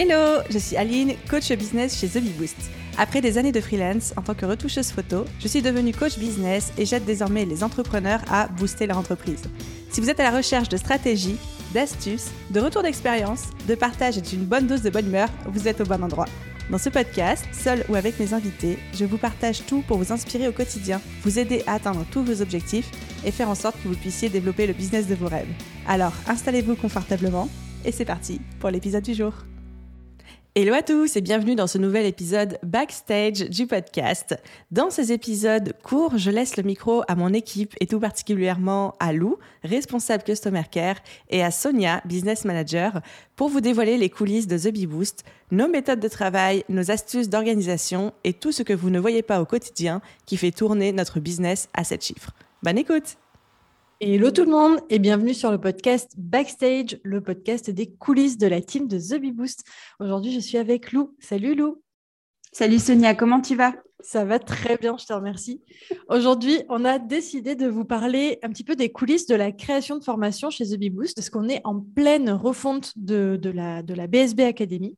Hello, je suis Aline, coach business chez The Bee Boost. Après des années de freelance en tant que retoucheuse photo, je suis devenue coach business et j'aide désormais les entrepreneurs à booster leur entreprise. Si vous êtes à la recherche de stratégies, d'astuces, de retours d'expérience, de partage et d'une bonne dose de bonne humeur, vous êtes au bon endroit. Dans ce podcast, seul ou avec mes invités, je vous partage tout pour vous inspirer au quotidien, vous aider à atteindre tous vos objectifs et faire en sorte que vous puissiez développer le business de vos rêves. Alors, installez-vous confortablement et c'est parti pour l'épisode du jour. Hello à tous et bienvenue dans ce nouvel épisode Backstage du podcast. Dans ces épisodes courts, je laisse le micro à mon équipe et tout particulièrement à Lou, responsable Customer Care, et à Sonia, Business Manager, pour vous dévoiler les coulisses de The Bee Boost, nos méthodes de travail, nos astuces d'organisation et tout ce que vous ne voyez pas au quotidien qui fait tourner notre business à 7 chiffres. Bonne écoute! Hello tout le monde et bienvenue sur le podcast Backstage, le podcast des coulisses de la team de The Bee Boost. Aujourd'hui, je suis avec Lou. Salut Lou. Salut Sonia, comment tu vas ? Ça va très bien, je te remercie. Aujourd'hui, on a décidé de vous parler un petit peu des coulisses de la création de formation chez The Bee Boost parce qu'on est en pleine refonte de la BSB Academy.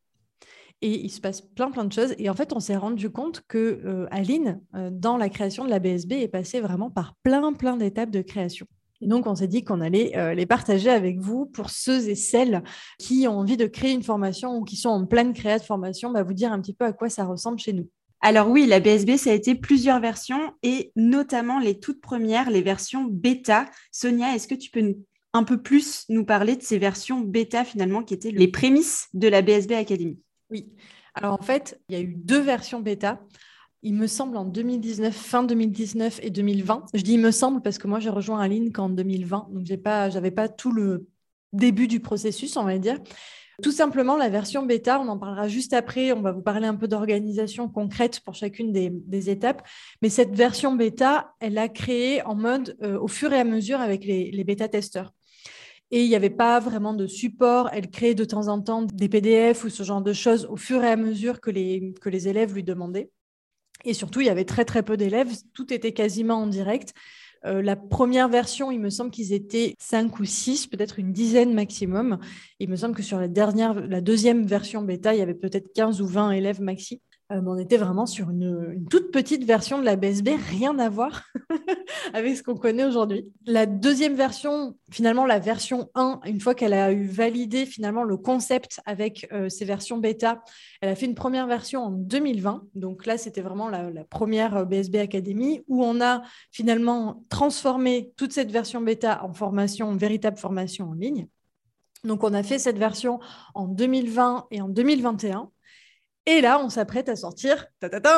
Et il se passe plein de choses. Et en fait, on s'est rendu compte que Aline, dans la création de la BSB, est passée vraiment par plein d'étapes de création. Et donc, on s'est dit qu'on allait les partager avec vous pour ceux et celles qui ont envie de créer une formation ou qui sont en pleine création de formation, vous dire un petit peu à quoi ça ressemble chez nous. Alors oui, la BSB, ça a été plusieurs versions et notamment les toutes premières, les versions bêta. Sonia, est-ce que tu peux un peu plus nous parler de ces versions bêta finalement qui étaient les prémices de la BSB Academy ? Oui. Alors en fait, il y a eu 2 versions bêta. Il me semble en 2019, fin 2019 et 2020. Je dis il me semble parce que moi, j'ai rejoint Aline qu'en 2020. Donc, j'avais pas tout le début du processus, on va dire. Tout simplement, la version bêta, on en parlera juste après. On va vous parler un peu d'organisation concrète pour chacune des étapes. Mais cette version bêta, elle a créé en mode au fur et à mesure avec les bêta-testeurs. Et il n'y avait pas vraiment de support. Elle créait de temps en temps des PDF ou ce genre de choses au fur et à mesure que les élèves lui demandaient. Et surtout, il y avait très peu d'élèves. Tout était quasiment en direct. La première version, il me semble qu'ils étaient 5 ou 6, peut-être une dizaine maximum. Il me semble que sur la deuxième version bêta, il y avait peut-être 15 ou 20 élèves maxi. Mais on était vraiment sur une toute petite version de la BSB, rien à voir avec ce qu'on connaît aujourd'hui. La deuxième version, finalement la version 1, une fois qu'elle a eu validé finalement le concept avec ces versions bêta, elle a fait une première version en 2020. Donc là, c'était vraiment la première BSB Academy où on a finalement transformé toute cette version bêta en formation, une véritable formation en ligne. Donc on a fait cette version en 2020 et en 2021. Et là, on s'apprête à sortir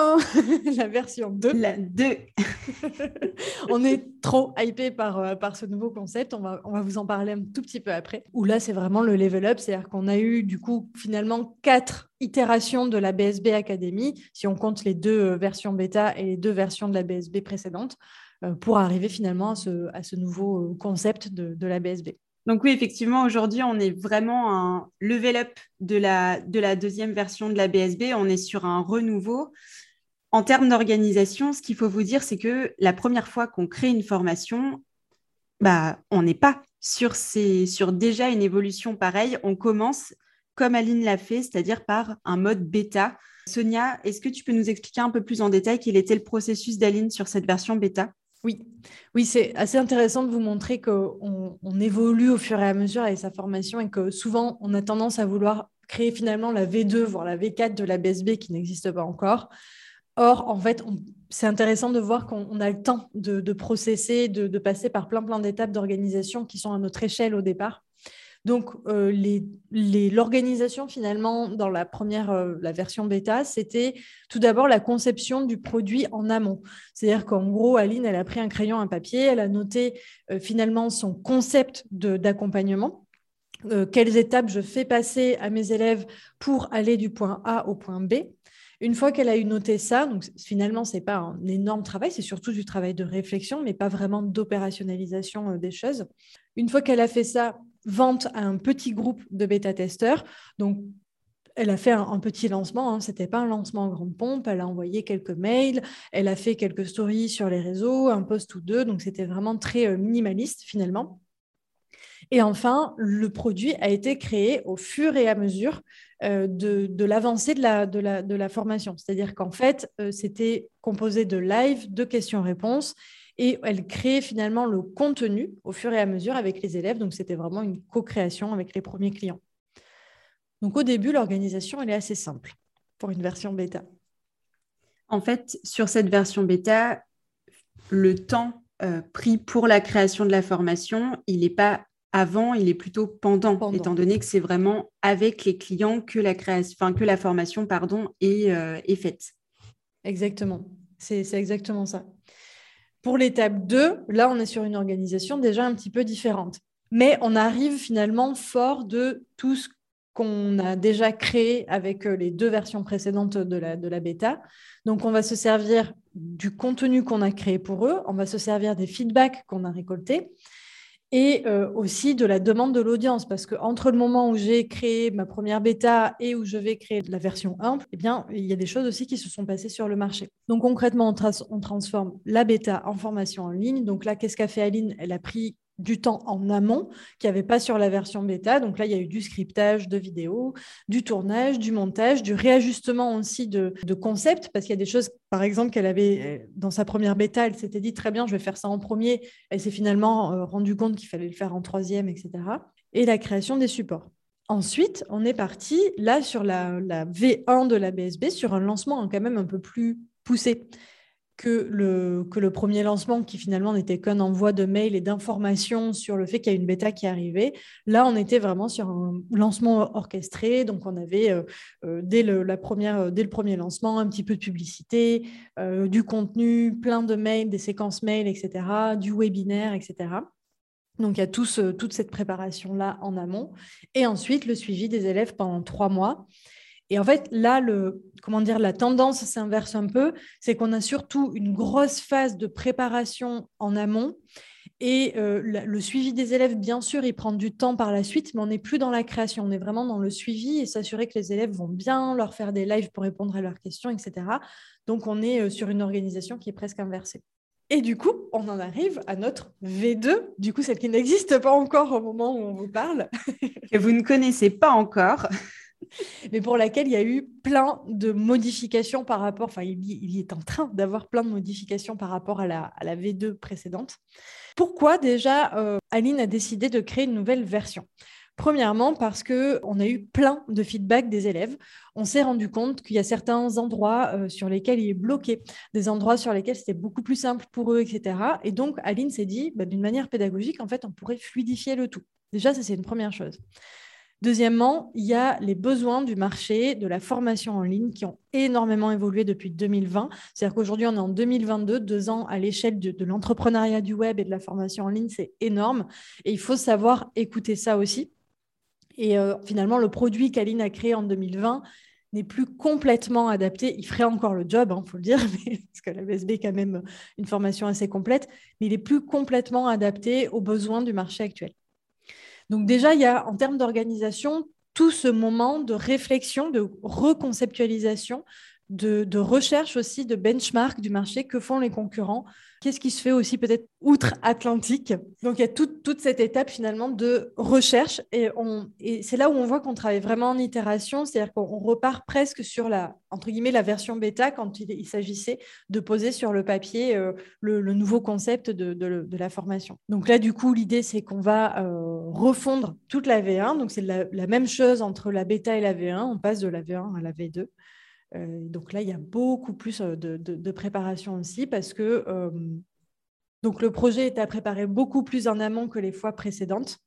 la version 2. La 2. On est trop hypé par ce nouveau concept. On va vous en parler un tout petit peu après. Où là, c'est vraiment le level up. C'est-à-dire qu'on a eu du coup finalement 4 itérations de la BSB Academy, si on compte les 2 versions bêta et les 2 versions de la BSB précédente, pour arriver finalement à ce nouveau concept de la BSB. Donc oui, effectivement, aujourd'hui, on est vraiment un level up de la deuxième version de la BSB. On est sur un renouveau. En termes d'organisation, ce qu'il faut vous dire, c'est que la première fois qu'on crée une formation, on n'est pas sur déjà une évolution pareille. On commence comme Aline l'a fait, c'est-à-dire par un mode bêta. Sonia, est-ce que tu peux nous expliquer un peu plus en détail quel était le processus d'Aline sur cette version bêta ? Oui, c'est assez intéressant de vous montrer qu'on évolue au fur et à mesure avec sa formation et que souvent, on a tendance à vouloir créer finalement la V2, voire la V4 de la BSB qui n'existe pas encore. Or, en fait, c'est intéressant de voir qu'on a le temps de processer, de passer par plein d'étapes d'organisation qui sont à notre échelle au départ. Donc, l'organisation, finalement, dans la version bêta, c'était tout d'abord la conception du produit en amont. C'est-à-dire qu'en gros, Aline, elle a pris un crayon, un papier, elle a noté finalement son concept d'accompagnement. Quelles étapes je fais passer à mes élèves pour aller du point A au point B. Une fois qu'elle a eu noté ça, donc finalement, ce n'est pas un énorme travail, c'est surtout du travail de réflexion, mais pas vraiment d'opérationnalisation des choses. Une fois qu'elle a fait ça, vente à un petit groupe de bêta-testeurs. Donc, elle a fait un petit lancement, ce n'était pas un lancement en grande pompe, elle a envoyé quelques mails, elle a fait quelques stories sur les réseaux, un post ou 2, donc c'était vraiment très minimaliste finalement. Et enfin, le produit a été créé au fur et à mesure de l'avancée de la formation. C'est-à-dire qu'en fait, c'était composé de live, de questions-réponses, et elle crée finalement le contenu au fur et à mesure avec les élèves. Donc, c'était vraiment une co-création avec les premiers clients. Donc, au début, l'organisation, elle est assez simple pour une version bêta. En fait, sur cette version bêta, le temps pris pour la création de la formation, il n'est pas avant, il est plutôt pendant, étant donné que c'est vraiment avec les clients que la formation est faite. Exactement, c'est exactement ça. Pour l'étape 2, là, on est sur une organisation déjà un petit peu différente. Mais on arrive finalement fort de tout ce qu'on a déjà créé avec les 2 versions précédentes de la bêta. Donc, on va se servir du contenu qu'on a créé pour eux, on va se servir des feedbacks qu'on a récoltés et aussi de la demande de l'audience, parce qu'entre le moment où j'ai créé ma première bêta et où je vais créer la version 1, eh bien, il y a des choses aussi qui se sont passées sur le marché. Donc concrètement, on transforme la bêta en formation en ligne. Donc là, qu'est-ce qu'a fait Aline? Elle a pris du temps en amont qu'il n'y avait pas sur la version bêta. Donc là, il y a eu du scriptage de vidéos, du tournage, du montage, du réajustement aussi de concepts, parce qu'il y a des choses, par exemple, qu'elle avait dans sa première bêta, elle s'était dit très bien, je vais faire ça en premier. Elle s'est finalement rendue compte qu'il fallait le faire en troisième, etc. Et la création des supports. Ensuite, on est parti là sur la V1 de la BSB, sur un lancement quand même un peu plus poussé que le premier lancement qui finalement n'était qu'un envoi de mails et d'informations sur le fait qu'il y a une bêta qui arrivait. Là, on était vraiment sur un lancement orchestré. Donc, on avait dès le premier lancement un petit peu de publicité, du contenu, plein de mails, des séquences mails, etc., du webinaire, etc. Donc, il y a toute cette préparation-là en amont. Et ensuite, le suivi des élèves pendant 3 mois. Et en fait, là, la tendance s'inverse un peu, c'est qu'on a surtout une grosse phase de préparation en amont et le suivi des élèves, bien sûr, il prend du temps par la suite, mais on n'est plus dans la création, on est vraiment dans le suivi et s'assurer que les élèves vont bien, leur faire des lives pour répondre à leurs questions, etc. Donc, on est sur une organisation qui est presque inversée. Et du coup, on en arrive à notre V2, du coup, celle qui n'existe pas encore au moment où on vous parle. Que vous ne connaissez pas encore. Mais pour laquelle il y a eu plein de modifications par rapport, enfin, il y est en train d'avoir plein de modifications par rapport à la V2 précédente. Pourquoi déjà Aline a décidé de créer une nouvelle version? Premièrement, parce qu'on a eu plein de feedback des élèves. On s'est rendu compte qu'il y a certains endroits sur lesquels il est bloqué, des endroits sur lesquels c'était beaucoup plus simple pour eux, etc. Et donc, Aline s'est dit, d'une manière pédagogique, en fait, on pourrait fluidifier le tout. Déjà, ça, c'est une première chose. Deuxièmement, il y a les besoins du marché de la formation en ligne qui ont énormément évolué depuis 2020. C'est-à-dire qu'aujourd'hui, on est en 2022, 2 ans à l'échelle de l'entrepreneuriat du web et de la formation en ligne, c'est énorme. Et il faut savoir écouter ça aussi. Et finalement, le produit qu'Aline a créé en 2020 n'est plus complètement adapté. Il ferait encore le job, il faut le dire, parce que la BSB est quand même une formation assez complète, mais il n'est plus complètement adapté aux besoins du marché actuel. Donc déjà, il y a en termes d'organisation tout ce moment de réflexion, de reconceptualisation, de recherche aussi, de benchmark du marché. Que font les concurrents? Qu'est-ce qui se fait aussi peut-être outre-Atlantique? Donc il y a toute cette étape finalement de recherche et c'est là où on voit qu'on travaille vraiment en itération, c'est-à-dire qu'on repart presque sur entre guillemets, la version bêta quand il s'agissait de poser sur le papier le nouveau concept de la formation. Donc là, du coup, l'idée, c'est qu'on va refondre toute la V1. Donc c'est la même chose entre la bêta et la V1. On passe de la V1 à la V2. Donc là, il y a beaucoup plus de préparation aussi parce que donc le projet est à préparer beaucoup plus en amont que les fois précédentes.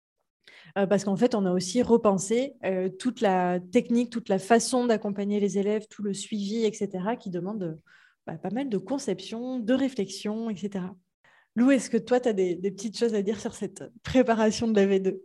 Parce qu'en fait, on a aussi repensé toute la technique, toute la façon d'accompagner les élèves, tout le suivi, etc., qui demande pas mal de conception, de réflexion, etc. Lou, est-ce que toi, tu as des petites choses à dire sur cette préparation de la V2?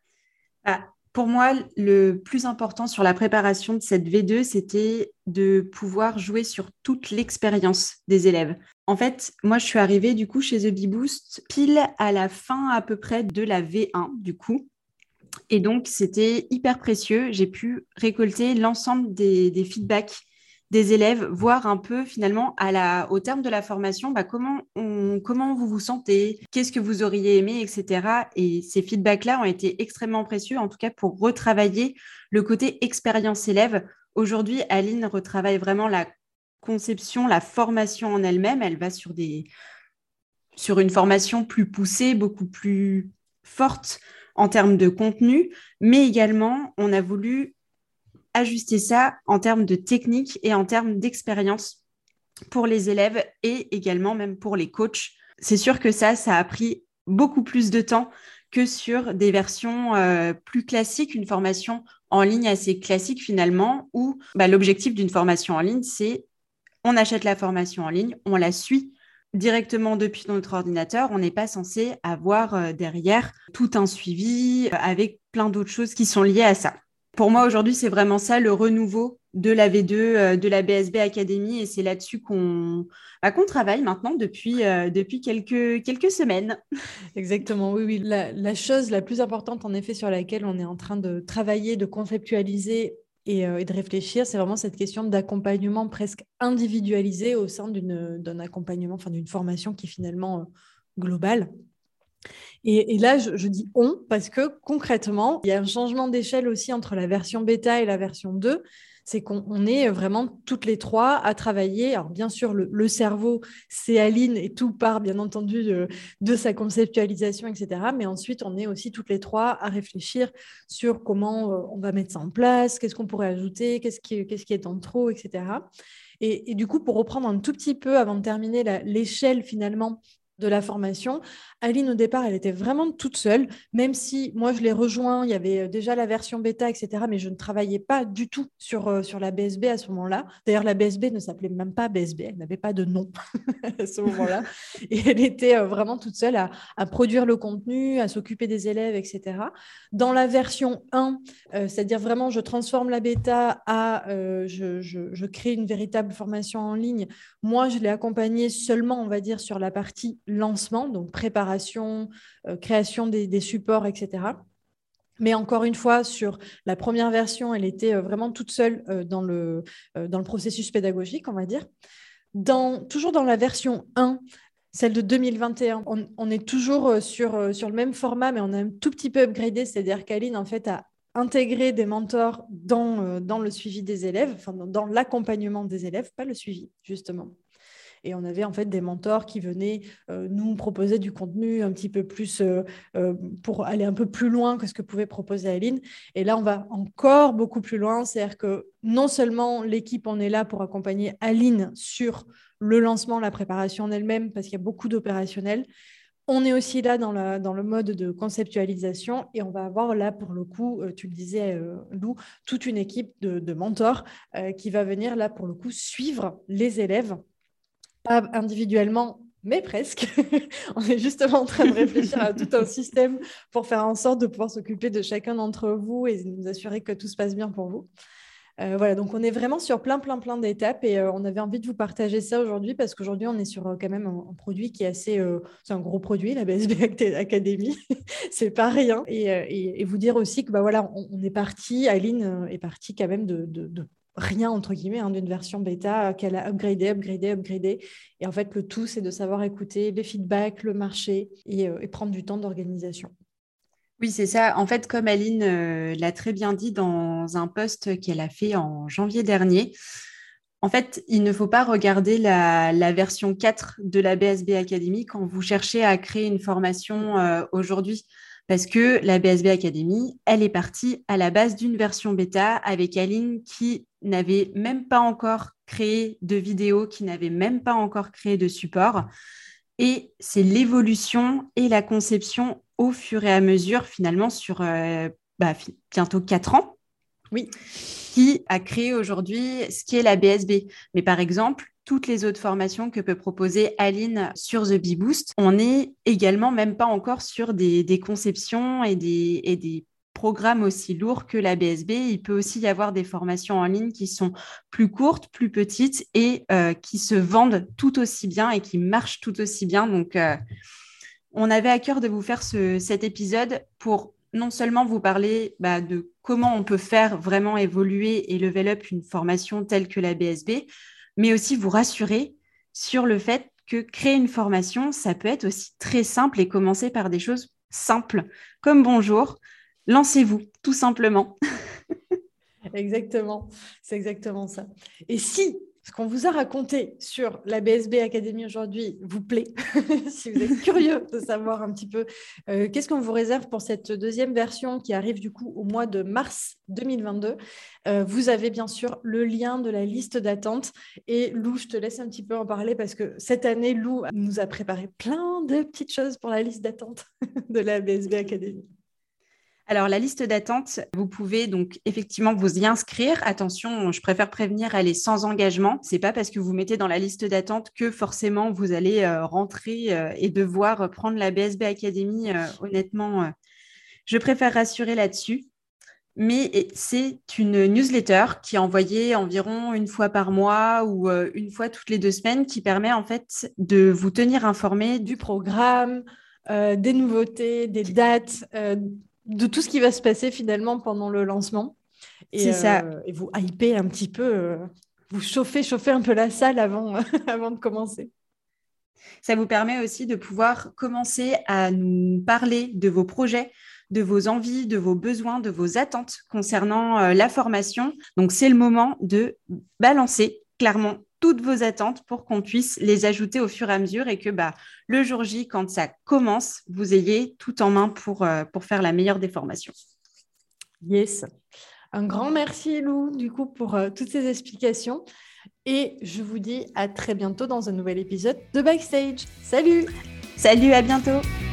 Pour moi, le plus important sur la préparation de cette V2, c'était de pouvoir jouer sur toute l'expérience des élèves. En fait, moi, je suis arrivée du coup chez The Bee Boost pile à la fin à peu près de la V1 du coup. Et donc, c'était hyper précieux. J'ai pu récolter l'ensemble des feedbacks des élèves, voir un peu finalement au terme de la formation, comment vous vous sentez, qu'est-ce que vous auriez aimé, etc. Et ces feedbacks-là ont été extrêmement précieux, en tout cas pour retravailler le côté expérience élève. Aujourd'hui, Aline retravaille vraiment la conception, la formation en elle-même. Elle va sur une formation plus poussée, beaucoup plus forte en termes de contenu, mais également, on a voulu ajuster ça en termes de technique et en termes d'expérience pour les élèves et également même pour les coachs. C'est sûr que ça a pris beaucoup plus de temps que sur des versions plus classiques, une formation en ligne assez classique finalement, où l'objectif d'une formation en ligne, c'est on achète la formation en ligne, on la suit directement depuis notre ordinateur. On n'est pas censé avoir derrière tout un suivi avec plein d'autres choses qui sont liées à ça. Pour moi, aujourd'hui, c'est vraiment ça, le renouveau de la V2, de la BSB Academy, et c'est là-dessus qu'on travaille maintenant depuis quelques semaines. Exactement, oui. La chose la plus importante, en effet, sur laquelle on est en train de travailler, de conceptualiser et de réfléchir, c'est vraiment cette question d'accompagnement presque individualisé au sein d'un accompagnement, enfin d'une formation qui est finalement globale. Et là, je dis on parce que concrètement, il y a un changement d'échelle aussi entre la version bêta et la version 2. C'est qu'on est vraiment toutes les trois à travailler. Alors bien sûr, le cerveau, c'est Aline et tout part bien entendu de sa conceptualisation, etc. Mais ensuite, on est aussi toutes les trois à réfléchir sur comment on va mettre ça en place, qu'est-ce qu'on pourrait ajouter, qu'est-ce qui est en trop, etc. Et du coup, pour reprendre un tout petit peu avant de terminer l'échelle finalement de la formation. Aline, au départ, elle était vraiment toute seule, même si moi, je l'ai rejoint, il y avait déjà la version bêta, etc., mais je ne travaillais pas du tout sur la BSB à ce moment-là. D'ailleurs, la BSB ne s'appelait même pas BSB, elle n'avait pas de nom à ce moment-là. Et elle était vraiment toute seule à produire le contenu, à s'occuper des élèves, etc. Dans la version 1, c'est-à-dire vraiment, je transforme la bêta je crée une véritable formation en ligne. Moi, je l'ai accompagnée seulement, on va dire, sur la partie lancement, donc préparation, création des supports, etc. Mais encore une fois, sur la première version, elle était vraiment toute seule dans le processus pédagogique, on va dire. Toujours dans la version 1, celle de 2021, on est toujours sur le même format, mais on a un tout petit peu upgradé, c'est-à-dire qu'Aline, en fait, a intégré des mentors dans le suivi des élèves, enfin dans l'accompagnement des élèves, pas le suivi, justement. Et on avait en fait des mentors qui venaient nous proposer du contenu un petit peu plus pour aller un peu plus loin que ce que pouvait proposer Aline. Et là, on va encore beaucoup plus loin. C'est-à-dire que non seulement l'équipe, on est là pour accompagner Aline sur le lancement, la préparation en elle-même, parce qu'il y a beaucoup d'opérationnels. On est aussi là dans le mode de conceptualisation et on va avoir là, pour le coup, tu le disais, Lou, toute une équipe de mentors qui va venir là, pour le coup, suivre les élèves. Pas individuellement, mais presque. On est justement en train de réfléchir à tout un système pour faire en sorte de pouvoir s'occuper de chacun d'entre vous et nous assurer que tout se passe bien pour vous. Voilà, donc on est vraiment sur plein d'étapes et on avait envie de vous partager ça aujourd'hui parce qu'aujourd'hui, on est sur quand même un produit qui est assez... c'est un gros produit, la BSB Academy. C'est pas rien. Et vous dire aussi que voilà, on est parti, Aline est partie quand même de rien, entre guillemets, d'une version bêta qu'elle a upgradé. Et en fait, le tout, c'est de savoir écouter les feedbacks, le marché et prendre du temps d'organisation. Oui, c'est ça. En fait, comme Aline l'a très bien dit dans un post qu'elle a fait en janvier dernier, en fait, il ne faut pas regarder la version 4 de la BSB Academy quand vous cherchez à créer une formation aujourd'hui. Parce que la BSB Academy, elle est partie à la base d'une version bêta avec Aline qui n'avait même pas encore créé de vidéo, qui n'avait même pas encore créé de support. Et c'est l'évolution et la conception au fur et à mesure, finalement, sur bientôt 4 ans, oui, qui a créé aujourd'hui ce qui est la BSB. Mais par exemple, toutes les autres formations que peut proposer Aline sur The Bee Boost, on n'est également même pas encore sur des conceptions et des programmes aussi lourds que la BSB. Il peut aussi y avoir des formations en ligne qui sont plus courtes, plus petites et qui se vendent tout aussi bien et qui marchent tout aussi bien. Donc, on avait à cœur de vous faire cet épisode pour non seulement vous parler de comment on peut faire vraiment évoluer et level up une formation telle que la BSB, mais aussi vous rassurer sur le fait que créer une formation, ça peut être aussi très simple et commencer par des choses simples, comme bonjour, lancez-vous, tout simplement. Exactement, c'est exactement ça. Et si ce qu'on vous a raconté sur la BSB Academy aujourd'hui vous plaît, si vous êtes curieux de savoir un petit peu qu'est-ce qu'on vous réserve pour cette deuxième version qui arrive du coup au mois de mars 2022, vous avez bien sûr le lien de la liste d'attente. Et Lou, je te laisse un petit peu en parler parce que cette année, Lou nous a préparé plein de petites choses pour la liste d'attente de la BSB Academy. Alors, la liste d'attente, vous pouvez donc effectivement vous y inscrire. Attention, je préfère prévenir, elle est sans engagement. Ce n'est pas parce que vous mettez dans la liste d'attente que forcément vous allez rentrer et devoir prendre la BSB Academy. Honnêtement, je préfère rassurer là-dessus. Mais c'est une newsletter qui est envoyée environ une fois par mois ou une fois toutes les 2 semaines qui permet en fait de vous tenir informé du programme, des nouveautés, des dates, de tout ce qui va se passer finalement pendant le lancement. C'est ça. Et vous hyper un petit peu, vous chauffer un peu la salle avant de commencer. Ça vous permet aussi de pouvoir commencer à nous parler de vos projets, de vos envies, de vos besoins, de vos attentes concernant la formation. Donc, c'est le moment de balancer clairement toutes vos attentes pour qu'on puisse les ajouter au fur et à mesure et que le jour J, quand ça commence, vous ayez tout en main pour faire la meilleure des formations. Yes. Un grand merci, Lou, du coup, pour toutes ces explications. Et je vous dis à très bientôt dans un nouvel épisode de Backstage. Salut! Salut, à bientôt!